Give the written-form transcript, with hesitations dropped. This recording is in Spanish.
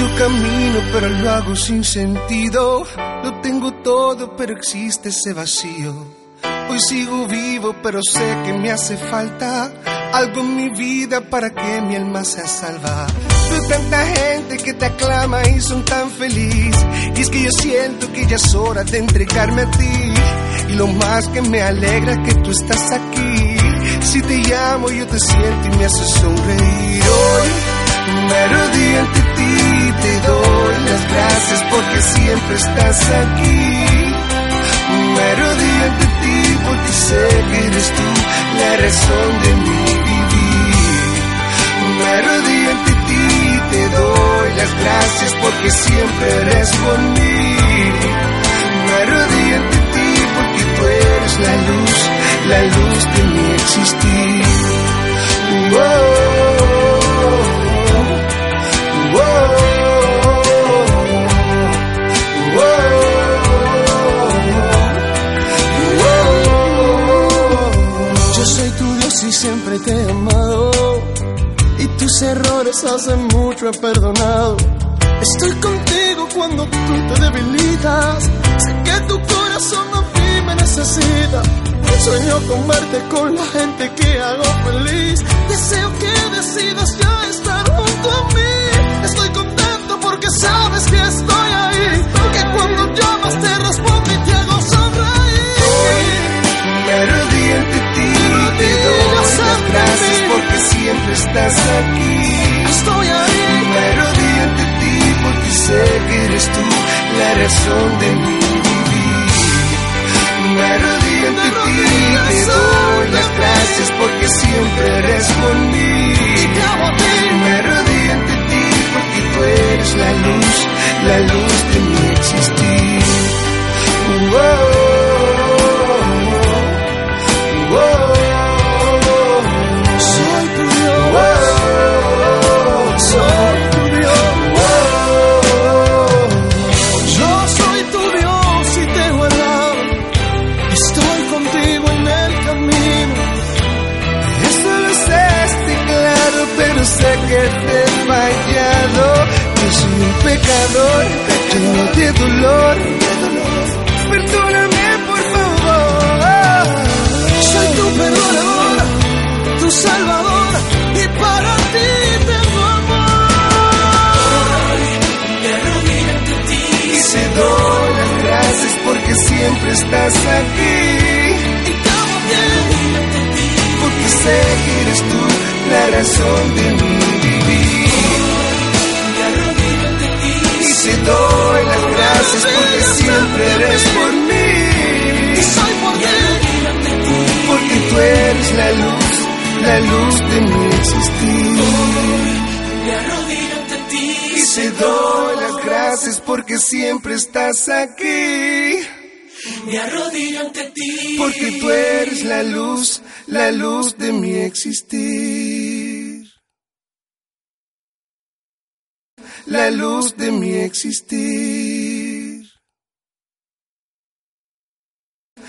Yo camino pero lo hago sin sentido. Lo tengo todo pero existe ese vacío. Hoy sigo vivo pero sé que me hace falta algo en mi vida para que mi alma sea salva. Veo tanta gente que te aclama y son tan feliz, y es que yo siento que ya es hora de entregarme a ti. Y lo más que me alegra es que tú estás aquí. Si te llamo yo te siento y me haces sonreír. Hoy me arrodillo ante ti, te doy las gracias porque siempre estás aquí. Me arrodillo ante ti porque sé que eres tú la razón de mi vivir. Me arrodillo ante ti, te doy las gracias porque siempre eres por mí. Me arrodillo ante ti porque tú eres la luz de mi existir. Yo soy tu Dios y siempre te he amado, y tus errores hace mucho he perdonado. Estoy contigo cuando tú te debilitas. Sé que tu corazón a mí me necesita. Sueño con verte con la gente que hago feliz. Deseo que decidas ya estar junto a mí. Estoy contento porque sabes que estoy ahí, que cuando llamas te respondo y te hago sonreír. Hoy me arrodillo ante ti, te doy las gracias porque siempre estás aquí. Estoy ahí. Me arrodillo ante ti porque sé que eres tú la razón de mi vivir. Me arrodillo ante ti, te doy las gracias porque siempre eres por mí. Me arrodillo ante ti porque tú eres la luz de mi existir. Soy tu Dios, soy tu Dios. Yo soy tu Dios y te he guardado. Estoy contigo en el camino. Eso lo sé, claro, pero sé que te he fallado. Yo soy un pecador, lleno de dolor. Perdóname, por favor. Soy tu perdonador, tu salvador, y para ti tengo amor. Me arrodillo ante ti Y te doy las gracias porque siempre estás aquí. y te amo bien. Porque sé que eres tú la razón de mi vivir. Me arrodillo ante ti Y te doy las gracias porque siempre eres por mí. Y soy por ti. Porque tú eres la luz de mi existir. Me arrodillo ante ti Y te doy las gracias porque siempre estás aquí. me arrodillo ante ti Porque tú eres la luz de mi existir. La luz de mi existir.